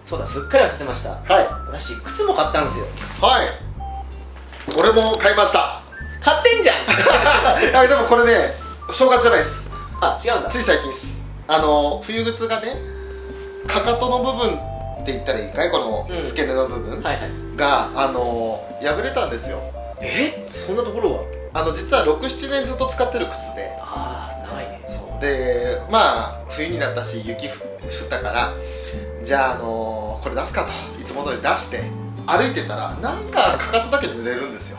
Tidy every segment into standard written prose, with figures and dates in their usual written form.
そうだ、すっかり忘れてました。 はい。 私靴も買ったんですよ。 はい。俺も買いました。 買ってんじゃん。 はい、でもこれね、正月じゃないです。 あ、違うんだ。 つい最近です。冬靴がね、かかとの部分って言ったらいいかい、この付け根の部分が、破れたんですよ。 そんなところは実は 6,7 年ずっと使ってる靴で。 ああ、長いね。 そうで、まあ冬になったし雪降ったから、じゃあ、これ出すかといつも通り出して歩いてたら、なんかかかとだけ濡れるんですよ。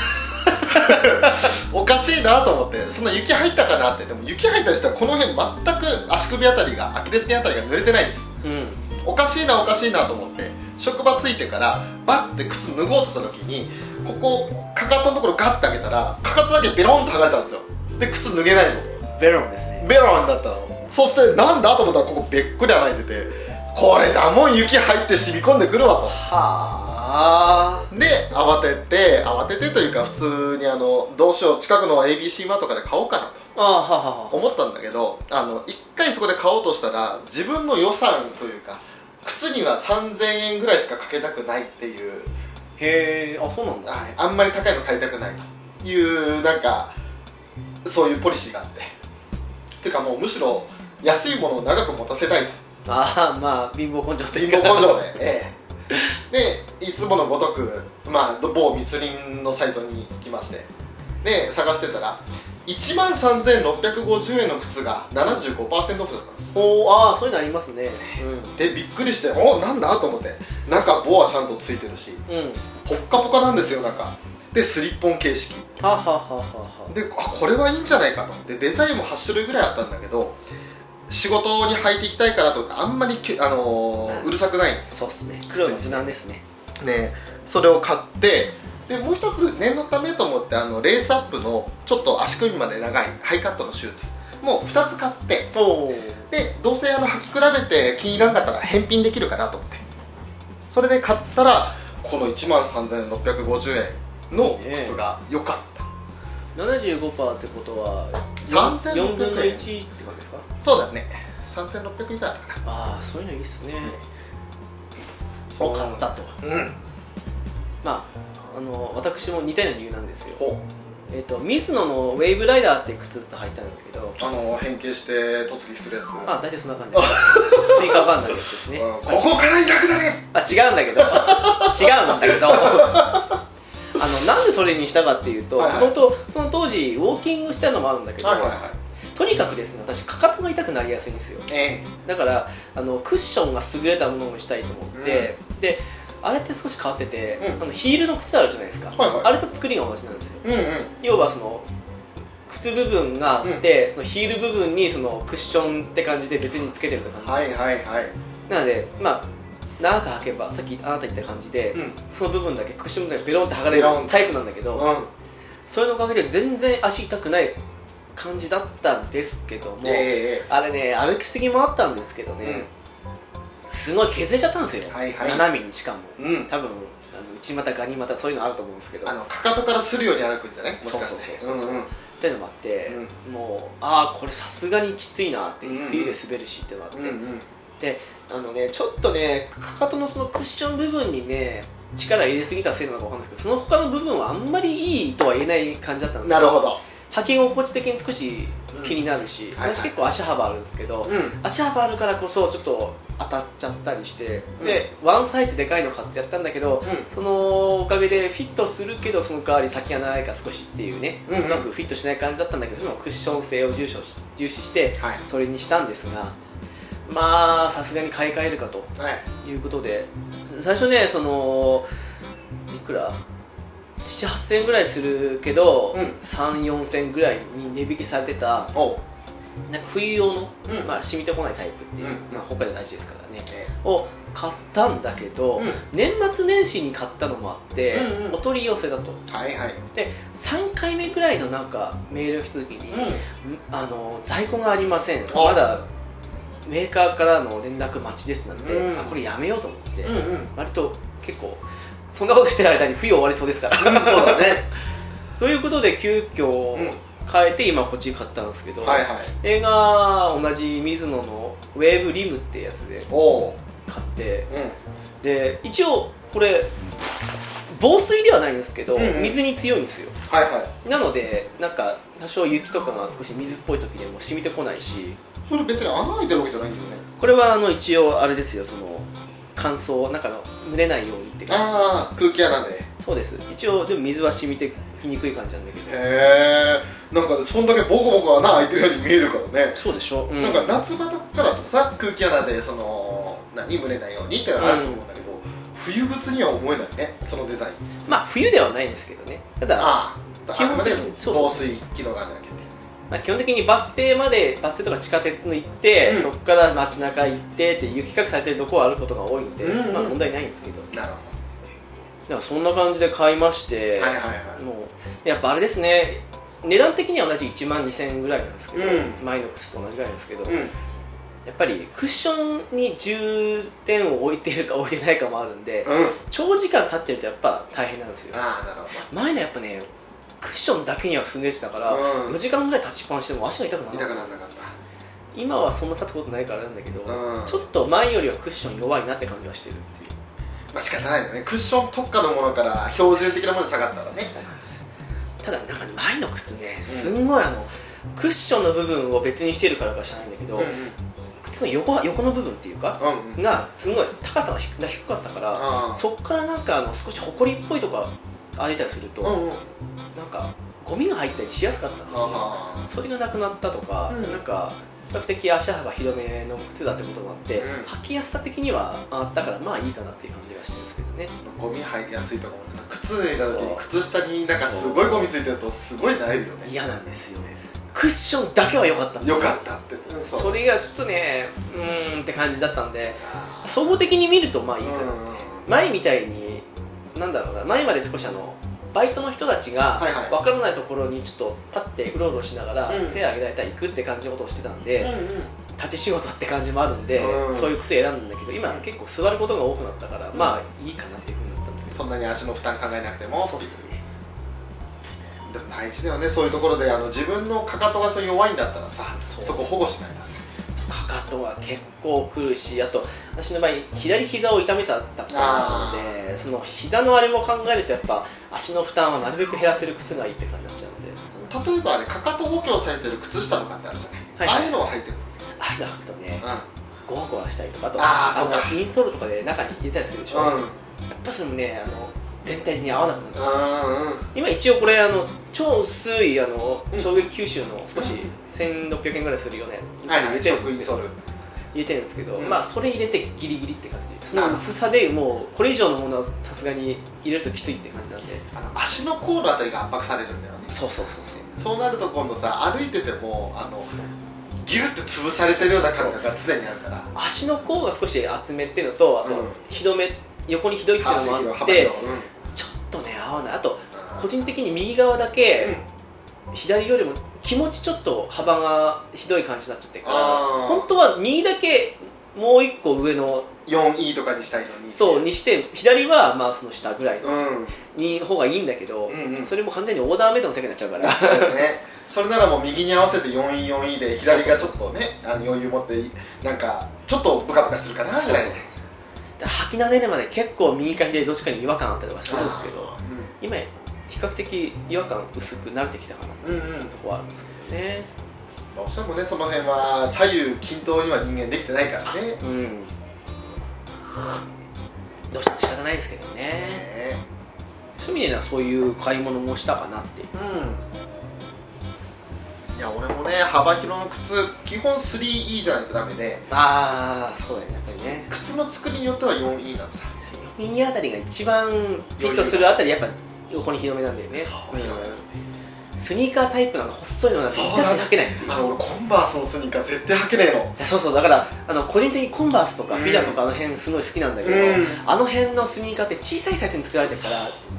おかしいなと思って、そんな雪入ったかなって。でも雪入ったりしたらこの辺全く足首あたりが、アキレス腱あたりが濡れてないです、おかしいなおかしいなと思って、職場着いてからバッて靴脱ごうとした時に、ここかかとのところガッて開けたら、かかとだけベロンと剥がれたんですよ。で靴脱げないの。 ベロンですね。 ベロンだったの。そしてなんだと思ったら、ここべっくり穴開いてて、これだもん、雪入って染み込んでくるわと。 はあ。で慌ててというか、普通にどうしよう、近くの ABC マートとかで買おうかなと思ったんだけど、一回そこで買おうとしたら、自分の予算というか、靴には3000円ぐらいしかかけたくないっていう。 へえ、あ、そうなんだ。 あんまり高いの買いたくないという、なんかそういうポリシーがあって、っていうか、もうむしろ安いものを長く持たせたいと。 ああ、まあ貧乏根性というか、貧乏根性で、でいつものごとく、某密林のサイトに来まして、で探してたら 13,650 円の靴が 75% オフだったんです。 ああ、そういうのありますね。 でびっくりして、なんだと思って、中ボアちゃんとついてるし、ポッカポカなんですよ、中で。スリッポン形式で、これはいいんじゃないかと思って、デザインも8種類ぐらいあったんだけど、仕事に履いていきたいからと思って、あんまりうるさくない。 そうですね、黒の無難ですね。 それを買って、でもう一つ念のためと思って、レースアップのちょっと足首まで長いハイカットのシューズもう2つ買って、でどうせ履き比べて気に入らんかったら返品できるかなと思って、それで買ったら、この 13,650 円の靴が良かった。 75% ってことは 3,600 4分の円 1って感じですか。 そうだね、3,600円くらいだったかな。 ああ、そういうのいいっすね。を買ったと。まあ私も似たような理由なんですよ。ミズノのウェイブライダーって靴と履いたんだけど、 変形して突撃するやつ。 大体そんな感じです。スイカバーになるやつですね。 ここから痛くなる。 違うんだけどなんでそれにしたかっていうと、本当その当時ウォーキングしたのもあるんだけど、とにかくですね、私かかとが痛くなりやすいんですよ。だからクッションが優れたものをしたいと思って、であれって少し変わってて、ヒールの靴あるじゃないですか、あれと作りが同じなんですよ。要はその靴部分があって、そのヒール部分にそのクッションって感じで別につけてるって感じなので、長く履けばさっきあなた言った感じで、その部分だけクッションだけベロンって剥がれるタイプなんだけど、それのおかげで全然足痛くない感じだったんですけども、あれね、歩きすぎもあったんですけどね、すごい削れちゃったんですよ、斜めに。しかも多分内股ガニ股そういうのあると思うんですけど、 かかとからするように歩くんじゃない、もしかして。 っていうのもあって、もうこれさすがにきついなって、冬で滑るしっていうのがあって、でちょっとね、かかとのそのクッション部分にね力入れすぎたせいなのか分かんないですけど、その他の部分はあんまりいいとは言えない感じだったんですよ。 なるほど。 履き心地的に少し気になるし、私結構足幅あるんですけど、足幅あるからこそちょっと当たっちゃったりして、でワンサイズでかいの買ってやったんだけど、そのおかげでフィットするけど、その代わり先が長いから少しっていうね、うまくフィットしない感じだったんだけど、それもクッション性を重視してそれにしたんですが、さすがに買い替えるかということで、最初ね、いくら7、8000円ぐらいするけど、3、4000円ぐらいに値引きされてた、なんか冬用の、染みてこないタイプっていう、北海道大事ですからね、を買ったんだけど、年末年始に買ったのもあって、お取り寄せだと。で3回目ぐらいのなんかメールが来た時に、在庫がありません、まだメーカーからの連絡待ちですなんて、これやめようと思って、割と結構そんなことしてる間に冬終わりそうですからそうだね。ということで急遽変えて今こっち買ったんですけど、映画同じミズノのウェーブリムってやつで買って、で一応これ防水ではないんですけど、水に強いんですよ。なのでなんか多少雪とかが少し水っぽい時でも染みてこないし。 それ別に穴開いてるわけじゃないんだよね。 これは一応あれですよ、その乾燥なんかの蒸れないようにって感じ。空気穴で。 そうです。一応でも水は染みてきにくい感じなんだけど。 なんかそんだけボコボコ穴開いてるように見えるからね。 そうでしょ。 なんか夏場とかだとさ、空気穴でその蒸れないようにってのがあると思うんだけど、冬靴には思えないね、そのデザイン。 まあ冬ではないんですけどね。ただあくまで防水機能があるだけで。 基本的にバス停とか地下鉄の行って、そこから街中行ってって雪かきされてるところを歩くことが多いので、問題ないんですけど。 なるほど。だからそんな感じで買いまして、もうやっぱあれですね、値段的には同じ1万2000円ぐらいなんですけど、前の靴と同じぐらいなんですけど、やっぱりクッションに重点を置いてるか置いてないかもあるんで、長時間立ってるとやっぱ大変なんですよ。 なるほど。 前のやっぱね、クッションだけには優れてたから、4時間ぐらい立ちっぱなしでも足が痛くならなかった。今はそんな立つことないからなんだけど、ちょっと前よりはクッション弱いなって感じはしてるっていう。 まあ仕方ないよね。クッション特化のものから標準的なものに下がったらね。 ただなんか前の靴ね、すんごいクッションの部分を別にしてるからか知らないんだけど、靴の横の部分っていうか、がすごい高さが低かったから、そこからなんか少しホコリっぽいとか歩いたりすると、なんかゴミが入ったりしやすかったんだけど、それがなくなったとか、なんか比較的足幅広めの靴だってこともあって、履きやすさ的にはあったからまあいいかなっていう感じがしてるんですけどね。 ゴミ入りやすいとかも靴脱いだ時に靴下になんかすごいゴミついてるとすごい慣れるよね。 嫌なんですよね。クッションだけは良かったんだ。 良かったって、 それがちょっとねって感じだったんで、総合的に見るとまあいいかなって。前みたいになんだろうな、前まで少しバイトの人たちが分からないところにちょっと立ってうろうろしながら手を挙げられたら行くって感じのことをしてたんで、立ち仕事って感じもあるんで、そういう癖選んだんだけど、今結構座ることが多くなったからまあいいかなっていうふうになったんだけど、 そんなに足の負担考えなくても。 そうですね。 でも大事だよね、そういうところで自分のかかとが弱いんだったらさ、そこ保護しないとさ。 かかとは結構くるし、あと私の場合左膝を痛めちゃったことなので、その膝のあれも考えるとやっぱ足の負担はなるべく減らせる靴がいいって感じになっちゃうので。 例えばかかと補強されてる靴下とかってあるじゃない、ああいうのは入ってる。 ああいうの履くとね、ゴワゴワしたりとか、あとインソールとかで中に入れたりするでしょ、やっぱそれもね全体的に合わなくなるんです。今一応これ超薄い衝撃吸収の少し1600円ぐらいするよね、入れてるんですけど、まあそれ入れてギリギリって感じ。その薄さでもうこれ以上のものはさすがに入れるときついって感じなんで、 足の甲のあたりが圧迫されるんだよね。そうなると今度さ、歩いててもギュッて潰されてるような感覚が常にあるから、 足の甲が少し厚めっていうのと、あと横にひどいっていうのもあって、ちょっとね合わない。あと個人的に右側だけ、左よりも気持ちちょっと幅がひどい感じになっちゃってるから、本当は右だけもう一個上の 4E とかにしたいのに、 そうにして、左はまあその下ぐらいの方がいいんだけど、それも完全にオーダーメイドの世界になっちゃうから、 それならもう右に合わせて 4E で左がちょっとね余裕持ってなんかちょっとブカブカするかなぐらいで、 履き慣れるまで結構右か左どっちかに違和感あったりとかするんですけど、今比較的違和感薄く慣れてきたかなっていうところはあるんですけどね。 どうしてもねその辺は左右均等には人間できてないからね、 どうしても仕方ないですけどね。そういう意味ではそういう買い物もしたかなっていう。 いや俺もね幅広の靴基本 3E じゃないとダメで、 そうだよね、やっぱりね。 靴の作りによっては 4E なのさ。 4E あたりが一番フィットするあたり、やっぱ横に広めなんだよね。スニーカータイプなの細いのなんて一発で履けないっていう。 俺コンバースのスニーカー絶対履けねえの。 そうだから個人的にコンバースとかフィラとかあの辺すごい好きなんだけど、あの辺のスニーカーって小さいサイズに作られてるから、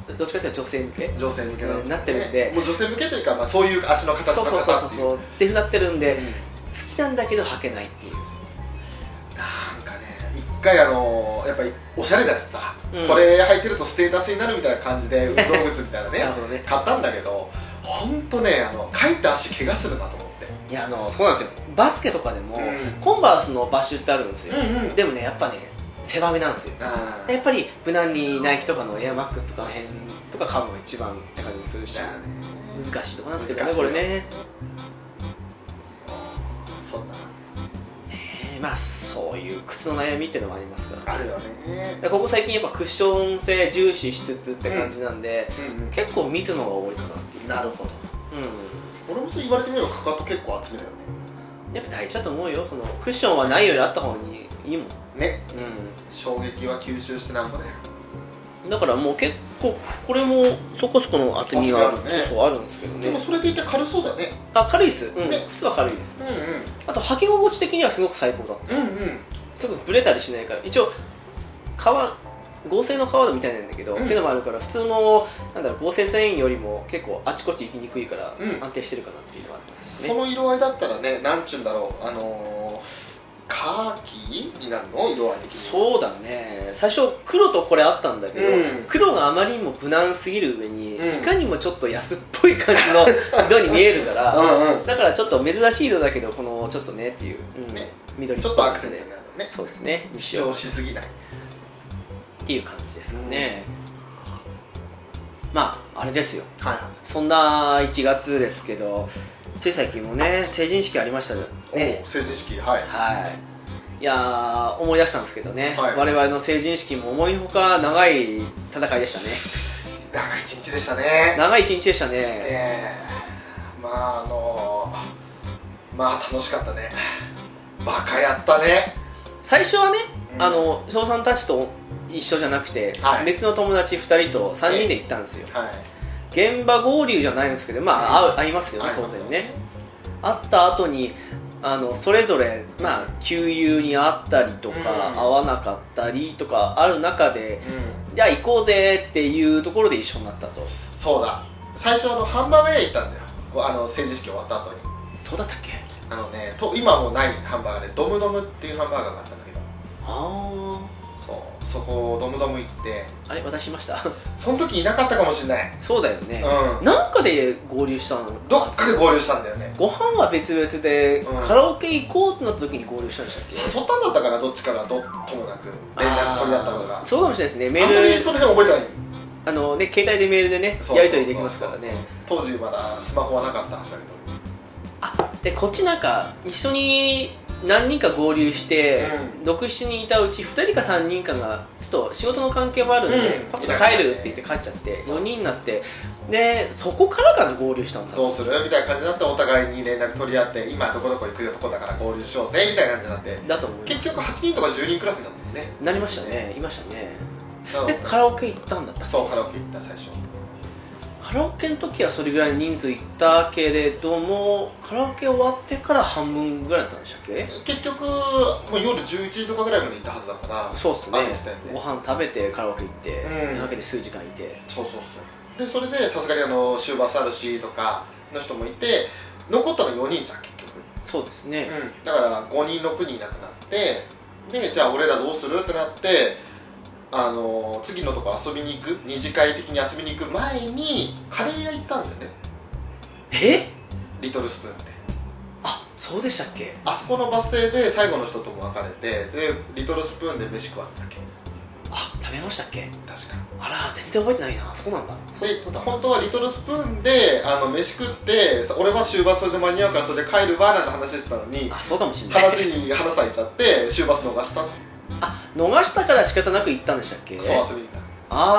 どっちかというと女性向けなってるんで、 もう女性向けというか、そういう足の形の方っていうふうになってるんで、好きなんだけど履けないっていう。 なんかね一回やっぱりおしゃれだしさ、これ履いてるとステータスになるみたいな感じで運動靴みたいなね買ったんだけど、本当ねかいた足怪我するなと思って。 いやそうなんですよ。バスケとかでも、コンバースのバッシュってあるんですよ、でもねやっぱね狭めなんですよ。やっぱり無難にナイキとかのエアマックスとかの辺とか買うのが一番って感じもするし、難しいところなんですけどね、これね。 そんなまあそういう靴の悩みっていうのもありますから、 あるよね。 ここ最近やっぱクッション性重視しつつって感じなんで、結構見ずのが多いかなっていう。 なるほど。俺もそう言われてみればかかと結構厚めだよね。 やっぱ大事だと思うよ。そのクッションはないよりあった方にいいもんね。衝撃は吸収してなんぼね。 だからもう結構これもそこそこの厚みがあるんですけどね。 でもそれでいて軽そうだね。 軽いです。靴は軽いです。あと履き心地的にはすごく最高だった。すぐブレたりしないから。一応合成の革みたいなんだけど、っていうのもあるから、普通の合成繊維よりも結構あちこち行きにくいから安定してるかなっていうのはありますしね。 その色合いだったらね、なんちゅうんだろう、カーキになるの色合い的に。 そうだね。最初黒とこれあったんだけど、黒があまりにも無難すぎる上に、いかにもちょっと安っぽい感じの色に見えるからだからちょっと珍しい色だけど、このちょっとねっていう、緑ちょっとアクセントになるね。 そうですね。 主張しすぎないっていう感じですよね。まああれですよ、そんな1月ですけど、つい最近もね成人式ありましたね。 成人式、いや思い出したんですけどね、我々の成人式も思いのほか長い戦いでしたね。 長い一日でしたね。 長い一日でしたね。 まあ楽しかったね。バカやったね。 最初はね、翔さんたちと一緒じゃなくて、別の友達2人と3人で行ったんですよ。現場合流じゃないんですけど、会いますよね、当然ね。会った後にそれぞれ給油に会ったりとか、会わなかったりとかある中で、じゃあ行こうぜっていうところで一緒になったと。 そうだ、最初ハンバーガー屋行ったんだよ、成人式終わった後に。 そうだったっけ。 今はもうないハンバーガーでドムドムっていうハンバーガーがあったんだけど、そこドムドム行って、 あれ渡しました。 その時いなかったかもしれない。 そうだよね、なんかで合流したの。 どっかで合流したんだよね。 ご飯は別々で、カラオケ行こうってなった時に合流したんでしたっけ。 誘ったんだったかな、どっちかがともなく連絡取り合ったのが。 そうかもしれないですね。メール、 あんまりその辺覚えてない。携帯でメールでねやり取りできますからね。 当時まだスマホはなかったはずだけど。 でこっち一緒に何人か合流して、67人いたうち2人か3人かがちょっと仕事の関係もあるんで、パッと帰るって言って帰っちゃって、4人になって、でそこからかな合流したんだ。 どうするみたいな感じになって、お互いに連絡取り合って、今どこどこ行くとこだから合流しようぜみたいな感じになって、 だと思います。 結局8人とか10人クラスになってね。 なりましたね。いましたね。でカラオケ行ったんだった。 そう、カラオケ行った。最初カラオケの時はそれぐらい人数いったけれども、カラオケ終わってから半分ぐらいだったんでしたっけ。 結局もう夜11時とかぐらいまで行ったはずだから。 そうっすね。ご飯食べてカラオケ行って、カラオケで数時間いて。 そうで、それでさすがに終バスあるしとかの人もいて、残ったの4人さ、結局。 そうですね、 だから5人6人いなくなって、でじゃあ俺らどうするってなって、次のとこ遊びに行く、二次会的に遊びに行く前にカレー屋行ったんだよね。リトルスプーンで。 そうでしたっけ。 あそこのバス停で最後の人とも別れて、でリトルスプーンで飯食われたっけ。 食べましたっけ。 確か。 あら全然覚えてないな。そうなんだ。 で本当はリトルスプーンで飯食って、俺は終バスそれで間に合うからそれで帰るわなんて話してたのに、 そうかもしれない。 話に花咲いちゃって終バス逃したって。 逃したから仕方なく行ったんでしたっけ。 そう、遊びに行った。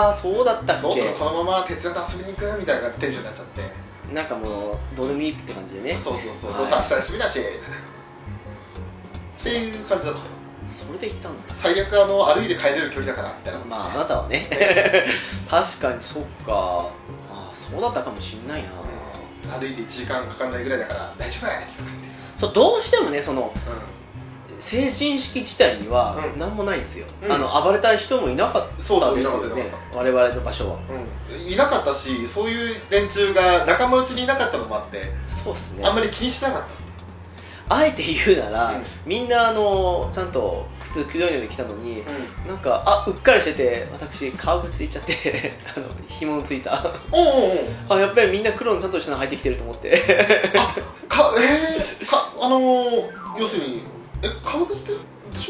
そうだったっけ。 どうする、このまま徹夜で遊びに行くみたいなテンションになっちゃって、 なんかもうどうでもいいって感じでね。 そう、どうせ明日休みだしみたいなっていう感じだったよ。 それで行ったんだ。 最悪歩いて帰れる距離だからみたいな。 あなたはね確かにそっか。そうだったかもしんないな。 歩いて1時間かかんないぐらいだから大丈夫やつとかって。 そう、どうしてもね成人式自体には何もないんですよ。暴れた人もいなかったですよね、我々の場所は。 いなかったし、そういう連中が仲間内にいなかったのもあって、 そうですね、 あんまり気にしなかった。 あえて言うなら、みんなちゃんと靴黒いのに来たのに、なんかうっかりしてて、私革靴で行っちゃって紐のついたやっぱりみんな黒のちゃんとしたの履いてきてると思って要するに革靴でしょ。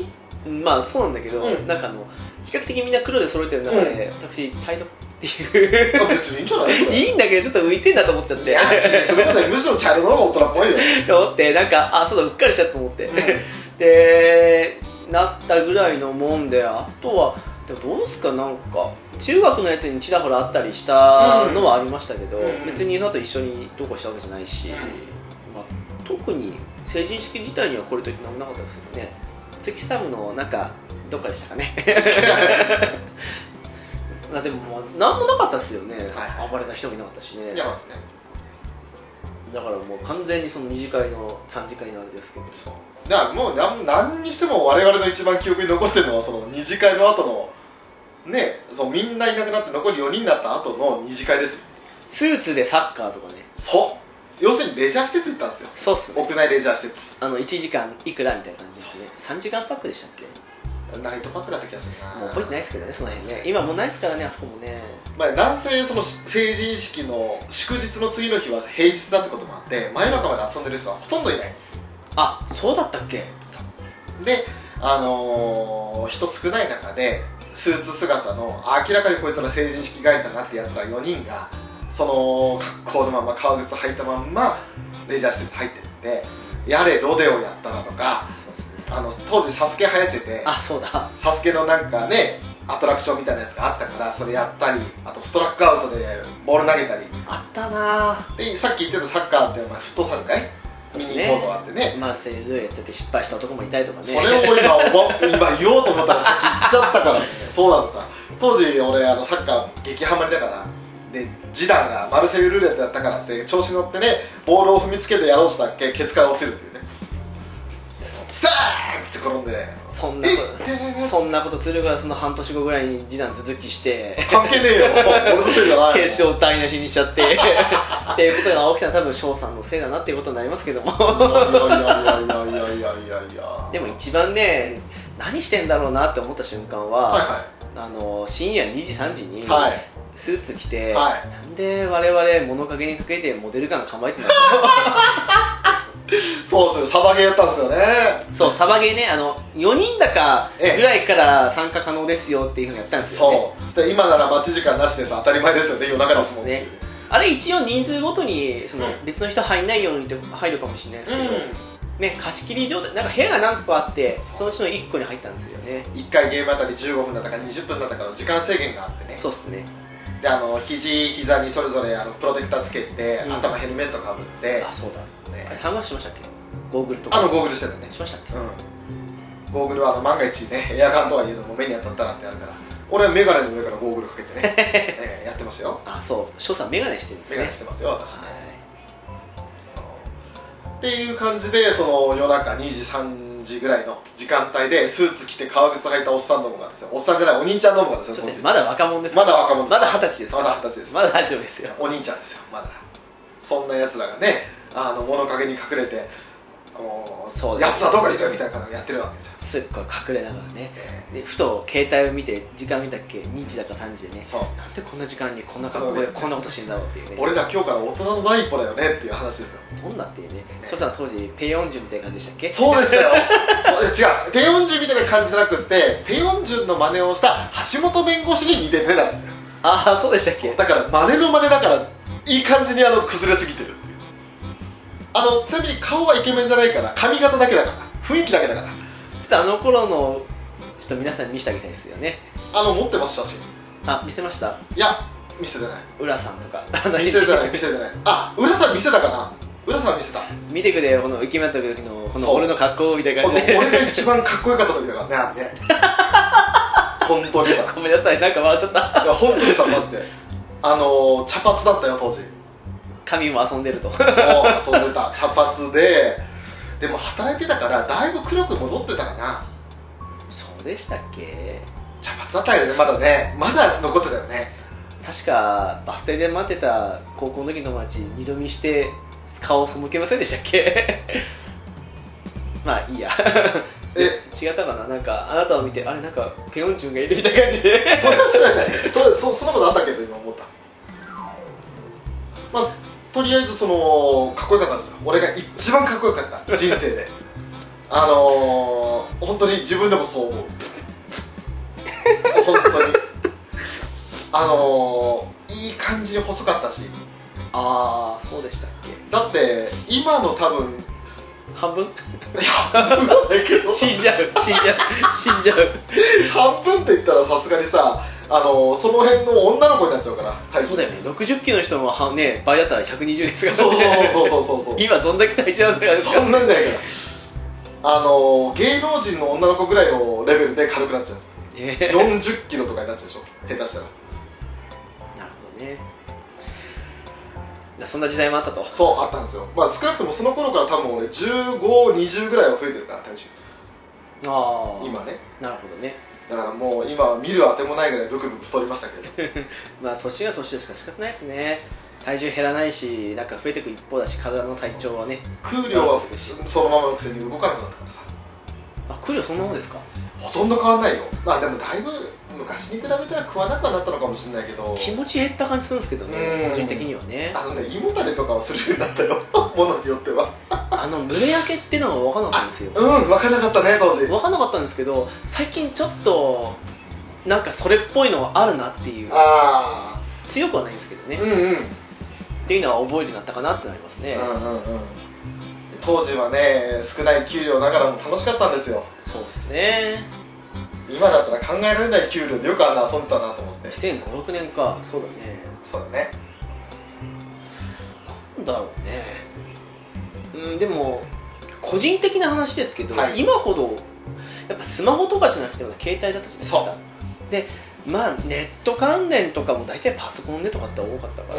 まあそうなんだけど、なんか比較的みんな黒で揃えてる中で、私茶色っていう別にいいんじゃない？ いいんだけどちょっと浮いてんだと思っちゃって、いやそれまでむしろ茶色の方が大人っぽいよと思って、なんかそうだうっかりしたと思って、でなったぐらいのもんで、あとはでもどうすか、なんか中学のやつにちらほらあったりしたのはありましたけど、別にその後一緒にどうこうしたわけじゃないし、まあ、特に成人式自体にはこれといって何もなかったですよね。月サムのなんかどっかでしたかねまあでももう何もなかったですよね、暴れた人もいなかったしね。だからもう完全にその2次会の3次会のあれですけど、 そうだからもう何にしても我々の一番記憶に残ってるのはその2次会の後のね、そうみんないなくなって残り4人になった後の2次会ですよ。 スーツでサッカーとかね。 そう要するにレジャー施設行ったんですよ。 そうっすね、 屋内レジャー施設 1時間いくらみたいな感じですね。3時間パックでしたっけ。 ナイトパックだった気がするな。 もう覚えてないですけどね、その辺ね。今もうないですからね、あそこもね。 まあ、なんせその成人式の祝日の次の日は平日だってこともあって、真夜中まで遊んでる人はほとんどいない。 あ、そうだったっけ。 そうで、人少ない中でスーツ姿の明らかにこいつら成人式帰りだなってやつら4人がその格好のまま革靴履いたまんまレジャー施設入ってってやれロデオやったらとか、当時サスケ流行ってて、 そうだ、 サスケのなんかねアトラクションみたいなやつがあったからそれやったり、あとストラックアウトでボール投げたりあったな。 でさっき言ってたサッカーってフットサルかい、ミニコートあってね、 まあセルドやってて失敗した男もいたりとかね。 それを今言おうと思ったらさっき言っちゃったからねそうなのさ、当時俺サッカー激ハマりだから、でジダンがマルセイユルーレットやったからって調子に乗ってねボールを踏みつけてやろうとしたっけケツから落ちるっていうね、スターンって転んで、 そんなことするからその半年後ぐらいにジダン続きして関係ねえよ俺のせいじゃない決勝台無しにしちゃってっていうことが起きたら多分翔さんのせいだなっていうことになりますけどもでも一番ね何してんだろうなって思った瞬間は、深夜2時3時にスーツ着て、なんで我々物陰にかけてモデルガン構えてんだろうそうですよ、サバゲーやったんですよね。 そう、サバゲーね、4人だかぐらいから参加可能ですよっていうふうにやったんですよね。 そう今なら待ち時間なしでさ当たり前ですよね、夜中ですもんね。 あれ一応人数ごとに別の人入んないようにって入るかもしれないですけど、ね、貸し切り状態、なんか部屋が何個あってそのうちの1個に入ったんですよね。 1回ゲームあたり15分だったか20分だったかの時間制限があってね。 そうっすね。 で膝にそれぞれプロテクターつけて、頭ヘルメットかぶって、 そうだ、あれサングラスしましたっけ。ゴーグルとかゴーグルしてたね。 しましたっけ。 ゴーグルは万が一ねエアガンとはいえども目に当たったらってあるから、俺はメガネの上からゴーグルかけてねやってますよ。 そう、翔さんメガネしてるんですね。 メガネしてますよ私ね。っていう感じで、その夜中2時3時ぐらいの時間帯でスーツ着て革靴履いたおっさんどもがですよ、おっさんじゃないお兄ちゃんどもがですよ、 まだ若者です。 まだ若者です。 まだ20歳です。 まだ20歳です。 まだ大丈夫ですよ。 お兄ちゃんですよ、まだ。そんなやつらがね物陰に隠れてやつはどこにいるみたいな感じでやってるわけですよ。 すっごい隠れながらね、でふと携帯を見て時間見たっけ、2時だか3時でね、なんでこんな時間にこんな格好でこんなことしてんだろうっていうね。 俺ら今日から大人の第一歩だよねっていう話ですよ。 どんなっていうね。翔さん当時ペヨンジュンみたいな感じでしたっけ。 そうでしたよ違う、ペヨンジュンみたいな感じじゃなくって、ペヨンジュンの真似をした橋本弁護士に似てるねだって。 そうでしたっけ。 だから真似の真似だからいい感じに崩れすぎてるっていう。ちなみに顔はイケメンじゃないから、髪型だけだから、雰囲気だけだから。 ちょっと頃のちょっと皆さんに見せてあげたいですよね。 持ってます写真。 見せました。 いや見せてない。 浦さんとか見せてない見せてない。浦さん見せたかな。浦さん見せた。 見てくれよ、このイケメンの時のこの俺の格好みたいな感じで。 俺が一番かっこよかった時だからね本当にさ。 ごめんなさい、なんか笑っちゃった。 いや本当にさ、マジで茶髪だったよ当時。 髪も遊んでると。 そう遊んでた。茶髪でも働いてたからだいぶ黒く戻ってたかな。 そうでしたっけ。 茶髪だったよね、まだね、まだ残ってたよね。 確かバス停で待ってた高校の時の友達二度見して顔を背けませんでしたっけまあいいや違ったかな。なんかあなたを見て、あれなんかペヨンジュンがいるみたいな感じでそんなことあったけど今思った。まあとりあえずかっこよかったんですよ。俺が一番かっこよかった人生で本当に自分でもそう思う本当にいい感じに細かったし。 ああ、そうでしたっけ。 だって今の多分半分いや半分なんだけど死んじゃう半分って言ったらさすがにさ、その辺の女の子になっちゃうから。 そうだよね。60キロの人もね、倍だったら120ですからね。そう今どんだけ体重あるんだから。 そんなんだから芸能人の女の子ぐらいのレベルで軽くなっちゃう、40キロとかになっちゃうでしょ、下手したら。 なるほどね。そんな時代もあったと。 そう、あったんですよ。まあ少なくともその頃から多分俺15、20ぐらいは増えてるから体重。 ああ、 今ね。 なるほどね。 だからもう今は見るあてもないぐらいブクブク太りましたけどまあ年が年ですから仕方ないですね。体重減らないし、なんか増えていく一方だし、体の体調はね、 空量はそのままのくせに動かなくなったからさ。 あ、空量そのままですか。 ほとんど変わんないよ。まあでもだいぶ昔に比べたら食わなくはなったのかもしれないけど、 気持ち減った感じするんですけどね、個人的にはね。 胃もたれとかはするようになったよものによっては胸焼けっていうのが分からなかったんですよ。 分からなかったね、当時。 分からなかったんですけど、最近ちょっとなんかそれっぽいのがあるなっていう。強くはないんですけどね、っていうのは覚えるようになったかなってなりますね。 当時はね、少ない給料ながらも楽しかったんですよ。 そうですね。 今だったら考えられない給料でよくあんな遊んでたなと思って。 2005、6年か。そうだね。 そうだね。 なんだろうね。でも個人的な話ですけど、今ほどやっぱスマホとかじゃなくてまだ携帯だったじゃないですか。で、まあネット関連とかも大体パソコンでとかって多かったから、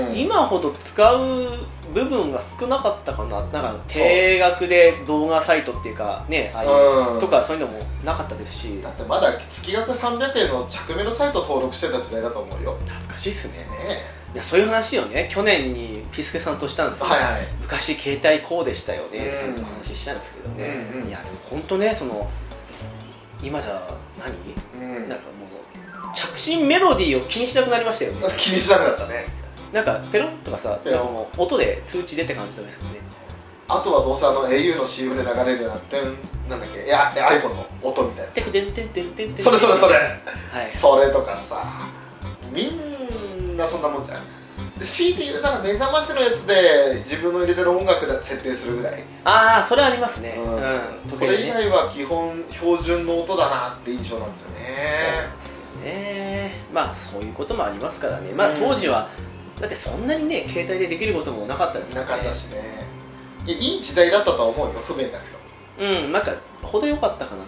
今ほど使う部分が少なかったかな。なんか定額で動画サイトっていうかね、とかそういうのもなかったですし。 だってまだ月額300円の着メロサイト登録してた時代だと思うよ。 懐かしいっすね。いや、そういう話をね、去年にピースケさんとしたんですよ。昔携帯こうでしたよねって感じの話したんですけどね。いやでも本当ね、その今じゃなんかもう着信メロディーを気にしなくなりましたよね。 気にしなくなったね。 なんかペロッとかさ、音で通知出て感じじゃないですかね。 あとはどうせau の CM で流れるようななんだっけ、いや iPhone の音みたいな。それそれとかさ、みんなそんなもんじゃん。強いて言うなら目覚ましのやつで自分の入れてる音楽で設定するぐらい。 ああ、それありますね。 それ以外は基本標準の音だなって印象なんですよね。 そうですよね。まあそういうこともありますからね。まあ当時はだってそんなにね、携帯でできることもなかったですね。なかったしね。いい時代だったとは思うよ。不便だけど。 なんか程よかったかなって。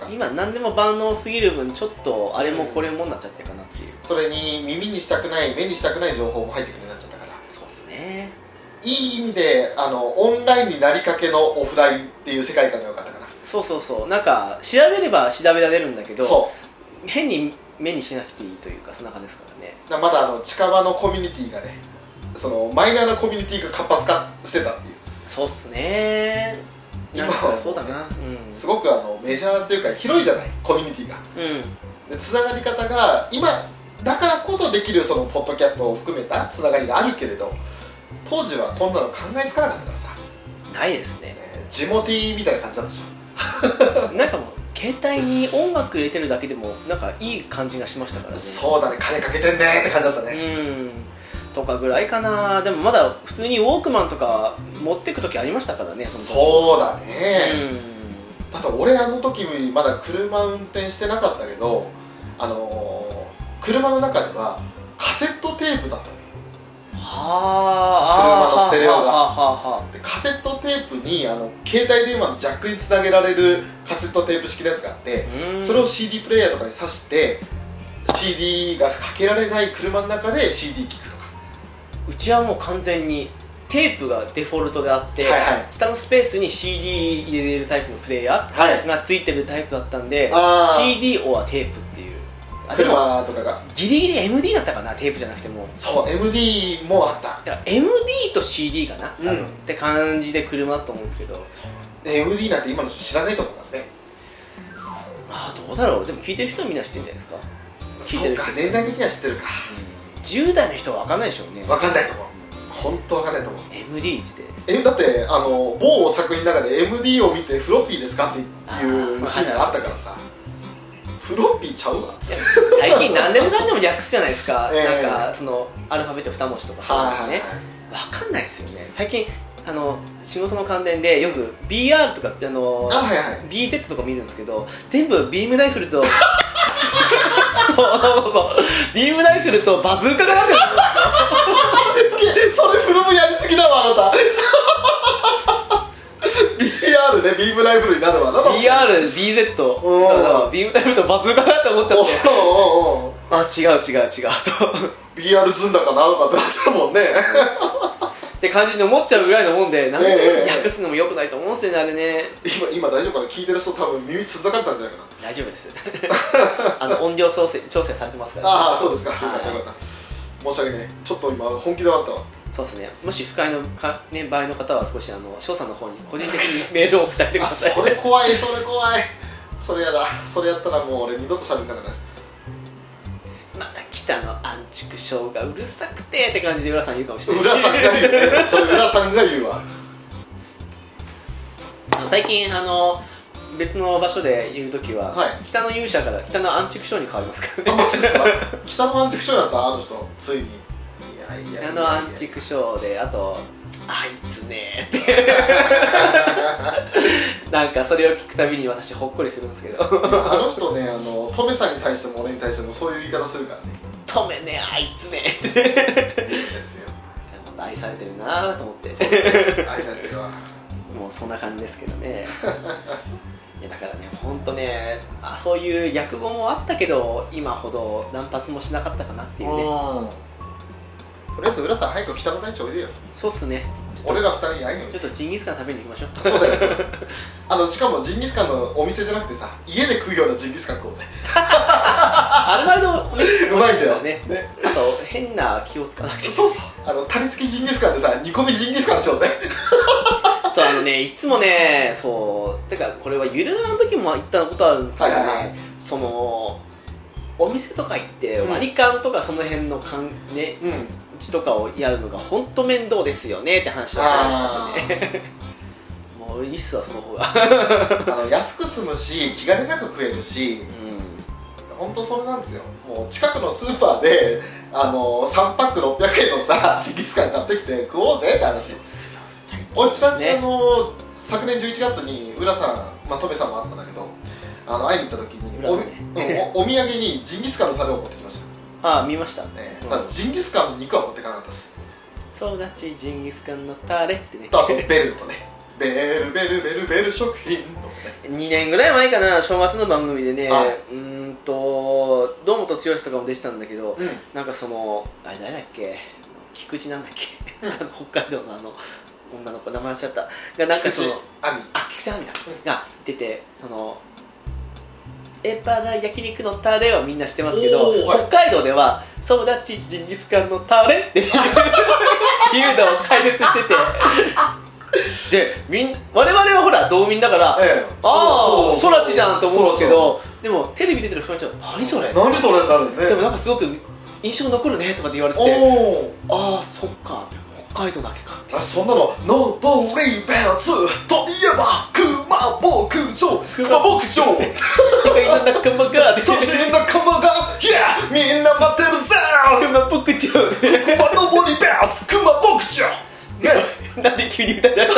今何でも万能すぎる分、ちょっとあれもこれもになっちゃってるかなっていう。 それに耳にしたくない目にしたくない情報も入ってくるようになっちゃったから。 そうですね。 いい意味でオンラインになりかけのオフラインっていう世界観が良かったかな。 そうなんか調べれば調べられるんだけど、変に目にしなくていいというか、そんな感じですからね。 まだ近場のコミュニティがね、そのマイナーなコミュニティが活発化してたっていう。 そうっすね。 今はそうだな、すごくメジャーっていうか広いじゃない、コミュニティが。でつながり方が今だからこそできる、そのポッドキャストを含めたつながりがあるけれど、当時はこんなの考えつかなかったからさ。 ないですね。 ジモティーみたいな感じだったでしょなんかもう携帯に音楽入れてるだけでもなんかいい感じがしましたからね。 そうだね、金かけてんねって感じだったね。 とかぐらいかな。でもまだ普通にウォークマンとか持ってく時ありましたからね。 そうだね。だって俺あの時まだ車運転してなかったけど、車の中ではカセットテープだったの。車のステレオが。でカセットテープに携帯電話のジャックにつなげられるカセットテープ式のやつがあって、それを CD プレイヤーとかに挿して CD がかけられない車の中で CD 聴くとか。 うちはもう完全にテープがデフォルトであって、下のスペースに CD 入れれるタイプのプレイヤーがついてるタイプだったんで、CD オアテープっていう。 車とかがギリギリ MD だったかな、テープじゃなくても。 そう、 MD もあった。 だから MD と CD かな、って感じで車だと思うんですけど、 MD なんて今の人知らないと思うからね。 どうだろう。でも聞いてる人はみんな知ってるんじゃないですか。 そうか、年代的には知ってるか。 10代の人は分かんないでしょうね。 分かんないと思う。 本当わかんないと思う。 MD ってだって某作品の中で MD を見てフロッピーですかっていうシーンがあったからさ、フロッピーちゃうわっつって最近何でもかんでも略すじゃないですか、なんかそのアルファベット2文字とかそういうのね、分かんないですよね。最近仕事の関連でよく BR とかBZ とか見るんですけど、全部ビームライフルとそうビームライフルとバズーカがなってるんですよそれフルムやりすぎだわあなたBR でビームライフルになるわな。 BR、BZ ビームライフルとバズーカだって思っちゃって違うと BR ずんだかなとかってなっちゃうもんねって感じに思っちゃうぐらいのもんで、なんで訳すのも良くないと思うんですよね、あれね。 今大丈夫かな、聞いてる人多分耳つんだかれたんじゃないかな。 大丈夫です音量調整されてますから、ね、 ああそうですか、よかったよかった、申し訳ない、ちょっと今本気で笑ったわ。 そうですね、もし不快の場合の方は少し翔さんの方に個人的にメールを送ってくださいそれ怖いそれやだ、それやったらもう俺二度と喋んなかった。 また北のアンチクショーがうるさくてって感じで浦さん言うかもしれない。 浦さんが言うねそれ浦さんが言うわ最近別の場所で言うときは、北の勇者から北のアンチクショーに変わりますからね。 マジですか北のアンチクショーだったあの人ついに。 北のアンチクショーで、あとあいつねってなんかそれを聞くたびに私ほっこりするんですけどあの人ね、トメさんに対しても俺に対してもそういう言い方するからね。 トメね、あいつねってですよ。 愛されてるなと思って愛されてるわもうそんな感じですけどねいやだからね、本当ね、そういう訳語もあったけど今ほど乱発もしなかったかなっていうね。 とりあえず浦さん早く北の大地おいでよ。 そうっすね、 俺ら二人に会いにおいで。 ちょっとジンギスカン食べに行きましょう。 そうだよしかもジンギスカンのお店じゃなくてさ、家で食うようなジンギスカン食おうぜあれのうまいんだよね。あと変な気をつかなくて。 そう種付きジンギスカンでさ、煮込みジンギスカンしようぜそういつもね、そうてかこれはゆるなの時も言ったことあるんですけどね、そのお店とか行って割り勘とかその辺のね、うちとかをやるのが本当面倒ですよねって話をしたんですけどねもういいっすわその方が安く済むし気兼ねなく食えるし、本当それなんですよ。もう近くのスーパーで3パック600円のさジンギスカン買ってきて食おうぜって話。おちなみに昨年11月に浦さん、トメさんもあったんだけど会いに行った時にお土産にジンギスカンのタレを持ってきました。 見ました。 ただジンギスカンの肉は持ってかなかったです。 そうだちジンギスカンのタレってね。 あとベルとね、ベル食品のね。 2年ぐらい前かな、正月の番組でね、堂本剛とかも出てたんだけど、なんかあれ誰だっけ、菊池なんだっけ北海道の女の子名前忘れちゃったが、なんか菊池亜美だが出て、エバラ焼肉のタレはみんな知ってますけど、北海道ではソーダチジンギスカンのタレっていうのを解説しててで我々はほら道民だから、ソラチじゃんと思うんですけど、でもテレビ出てる人たちは何それになるね。でもなんかすごく印象残るねとかって言われてて、そっかって北海道だけかって。 そんなののぼりベンツといえば熊牧場いろんな熊が都心の熊がみんな待ってるぜ熊牧場ここはのぼりベンツ熊牧場なんで急に歌い出した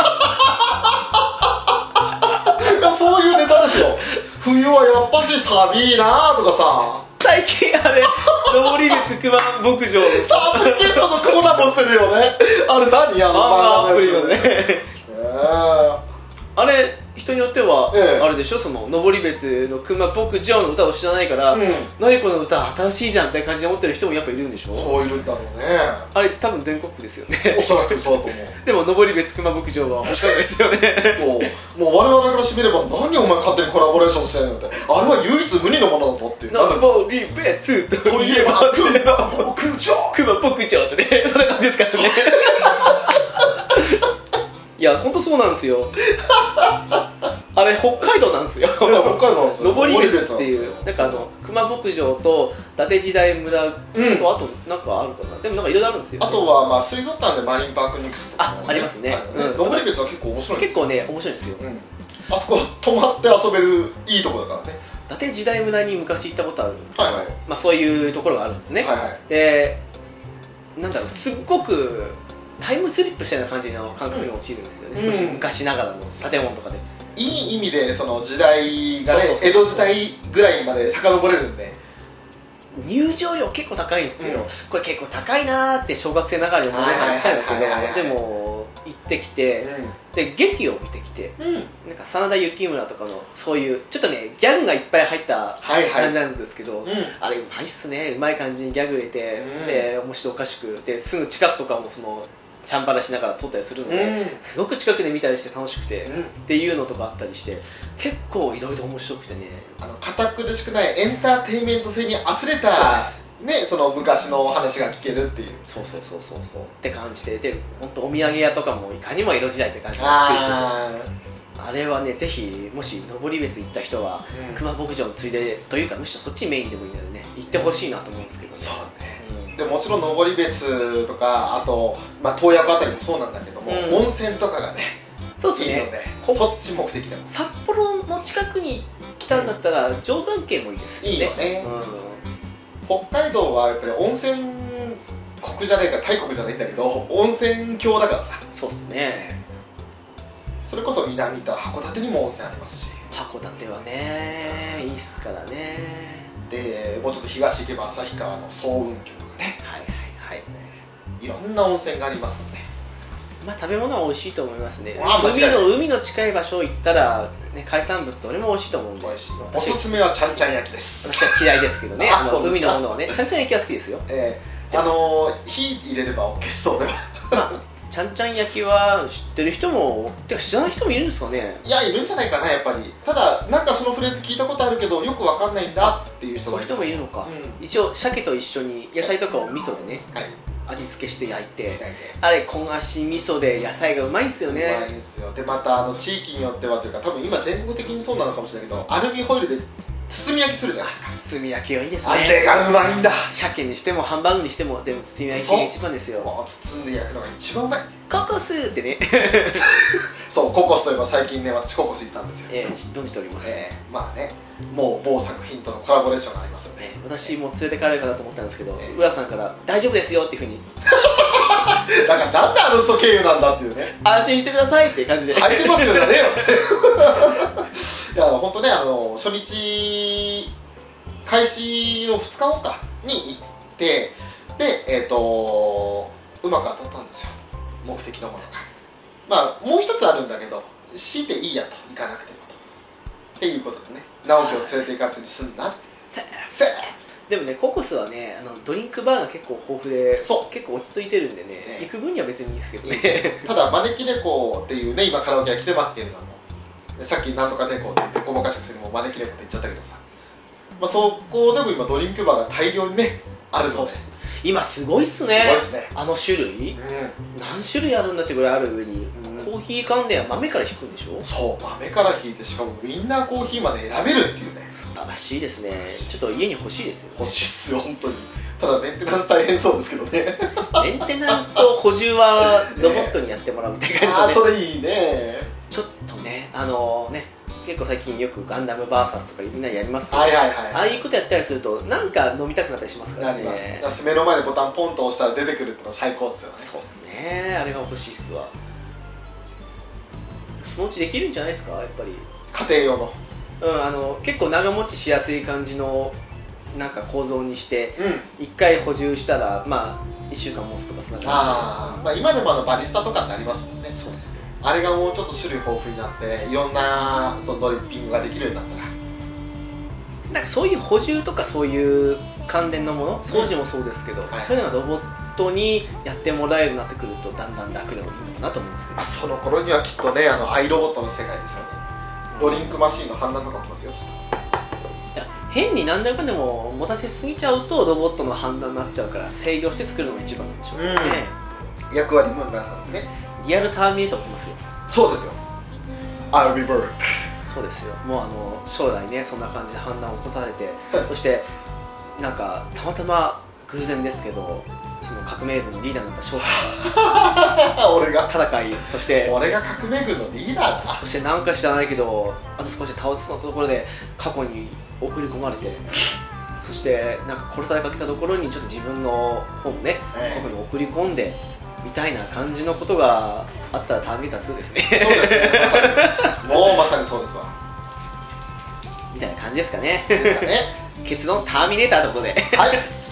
そういうネタですよ。冬はやっぱし寒いなとかさ、 最近登別熊牧場のさアプリケーションのコラボしてるよね。あれ何アプリのねあれ人によっては、あれでしょ、登別の熊牧場の歌を知らないから、何この歌新しいじゃんって感じで思ってる人もやっぱいるんでしょ。 そういるんだろうね。 あれ多分全国区ですよね。 おそらくそうだと思う。 でも登別熊牧場は北海道ですよね。 そうもう我々からしてみれば何お前勝手にコラボレーションしてんのって、あれは唯一無二のものだぞっていう。 登別といえば熊牧場ってね、そんな感じですからね。いや本当そうなんですよ。 あれ北海道なんですよ。 北海道なんですよ。 登別っていうなんか熊牧場と伊達時代村と、あとなんかあるかな。でもなんかいろいろあるんですよ、ね。 あとはまあ水族館でマリンパークニクスとかも、ね、 ありますね。 登別は結構面白いんですよ。 結構ね面白いんですよ。 あそこ泊まって遊べるいいところだからね。 伊達時代村に昔行ったことあるんですけど、 はいはい、 まあそういうところがあるんですね。 はいはい、 で、なんだろう、すっごくタイムスリップしたような感じの感覚に陥るんですよね。少し昔ながらの建物とかで。 いい意味でその時代がね、江戸時代ぐらいまで遡れるんで。 入場料結構高いんですけど、これ結構高いなーって小学生ながらに思いながら行ったんですけど、でも行ってきて、で劇を見てきて、なんか真田幸村とかのそういうちょっとねギャグがいっぱい入った感じなんですけど、あれうまいっすね。うまい感じにギャグ入れて、で面白おかしくですぐ近くとかもそのチャンバラしながら撮ったりするので、すごく近くで見たりして楽しくて、っていうのとかあったりして結構いろいろ面白くてね、 堅苦しくないエンターテインメント性にあふれたね、その昔の話が聞けるっていう。 そうって感じで、本当お土産屋とかもいかにも江戸時代って感じの作りしてて、あれはねぜひもし登別行った人は、熊牧場のついでというかむしろそっちメインでもいいのでね行ってほしいなと思うんですけどね。 そうね、でもちろん登別とかあと、洞爺湖あたりもそうなんだけども、温泉とかがねそうですね、 いいのでそっち目的でも札幌の近くに来たんだったら定山渓もいいですよね。 いいよね、北海道はやっぱり温泉国じゃないから大国じゃないんだけど温泉郷だからさ。 そうですね。 それこそ南行ったら函館にも温泉ありますし、 函館はねいいっすからね。 でもうちょっと東行けば旭川の層雲峡とかね、いろんな温泉がありますので、 食べ物は美味しいと思いますね。海の近い場所行ったら、ね、海産物どれも美味しいと思うんで、 おすすめはちゃんちゃん焼きです。 私は嫌いですけどね海のものはね。ちゃんちゃん焼きは好きですよ。 火入れれば OK そうではちゃんちゃん焼きは知ってる人もてか知らない人もいるんですかね。 いやいるんじゃないかなやっぱり。ただなんかそのフレーズ聞いたことあるけどよくわかんないんだっていう人がいる。 そういう人もいるのか、一応鮭と一緒に野菜とかを味噌でね、味付けして焼いて、あれ焦がし味噌で野菜がうまいんですよね。 うまいんですよ。でまた地域によってはというか多分今全国的にそうなのかもしれないけど、アルミホイルで包み焼きするじゃないですか。 包み焼きはいいですね。 あれがうまいんだ。 鮭にしてもハンバーグにしても全部包み焼きが一番ですよ。 もう包んで焼くのが一番うまい。 ココスってねそうココスといえば最近ね私ココス行ったんですよ。 存じております。 まあねもう某作品とのコラボレーションがありますよね。 私も連れて帰れるかなと思ったんですけど、浦さんから大丈夫ですよっていうふうにだからなんであの人経由なんだっていうね。 安心してくださいっていう感じで履いてますよじゃねえよいや本当ね初日開始の2日後かに行ってでうまく当たったんですよ目的のものが。もう一つあるんだけど強いていいやと行かなくてもとっていうことでね直樹を連れて行かずに済んだってでもねココスはねドリンクバーが結構豊富で結構落ち着いてるんでね行く分には別にいいですけどねただ招き猫っていうね今カラオケが来てますけれども、さっきなんとか猫って言ってごまかしたくせにもう招き猫って言っちゃったけどさ、そこでも今ドリンクバーが大量にねあるので今すごいっすね。 すごいっすね。 種類、何種類あるんだってぐらいある上に、コーヒー関連は豆から引くんでしょ。 そう豆から引いてしかもウインナーコーヒーまで選べるっていうね素晴らしいですね。ちょっと家に欲しいですよね。 欲しいっすよ本当に。ただメンテナンス大変そうですけどねメンテナンスと補充はロボットにやってもらうみたいな感じで、ね、 それいいね。 ちょっとね結構最近よくガンダム VS とかみんなやりますけど、ああいうことやったりするとなんか飲みたくなったりしますからね。なります。 目の前でボタンポンと押したら出てくるってのは最高っすよね。 そうっすね。あれが欲しいっすわ。そのうちできるんじゃないですかやっぱり家庭用の結構長持ちしやすい感じのなんか構造にして、1回補充したら1週間持つとかそんな感じ。 今でもバリスタとかってありますもんね。 そうっすね。 あれがもうちょっと種類豊富になっていろんなそのドリッピングができるようになったらなんかそういう補充とかそういう関連のもの掃除もそうですけど、そういうのがロボットにやってもらえるようになってくるとだんだん楽でもいいのかなと思うんですけど、 その頃にはきっとねアイロボットの世界ですよね。ドリンクマシーンの判断とかもますよきっと。 変に何でもでも持たせすぎちゃうとロボットの判断になっちゃうから制御して作るのが一番なんでしょうね。 役割もなさすね。 リアルターミネーター起きますよ。 そうですよ。I'll be back。 そうですよ。もう将来ねそんな感じで反乱を起こされてそしてなんかたまたま偶然ですけどその革命軍のリーダーになった翔さんが俺が戦い、そして俺が革命軍のリーダーだ。 そしてなんか知らないけどあと少し倒すのところで過去に送り込まれてそしてなんか殺されかけたところにちょっと自分の方もね過去に送り込んでみたいな感じのことがあったらターミネーター2ですね。 そうですね、まさにもうまさにそうですわみたいな感じですかね。 ですかね。 結論ターミネーターってことではい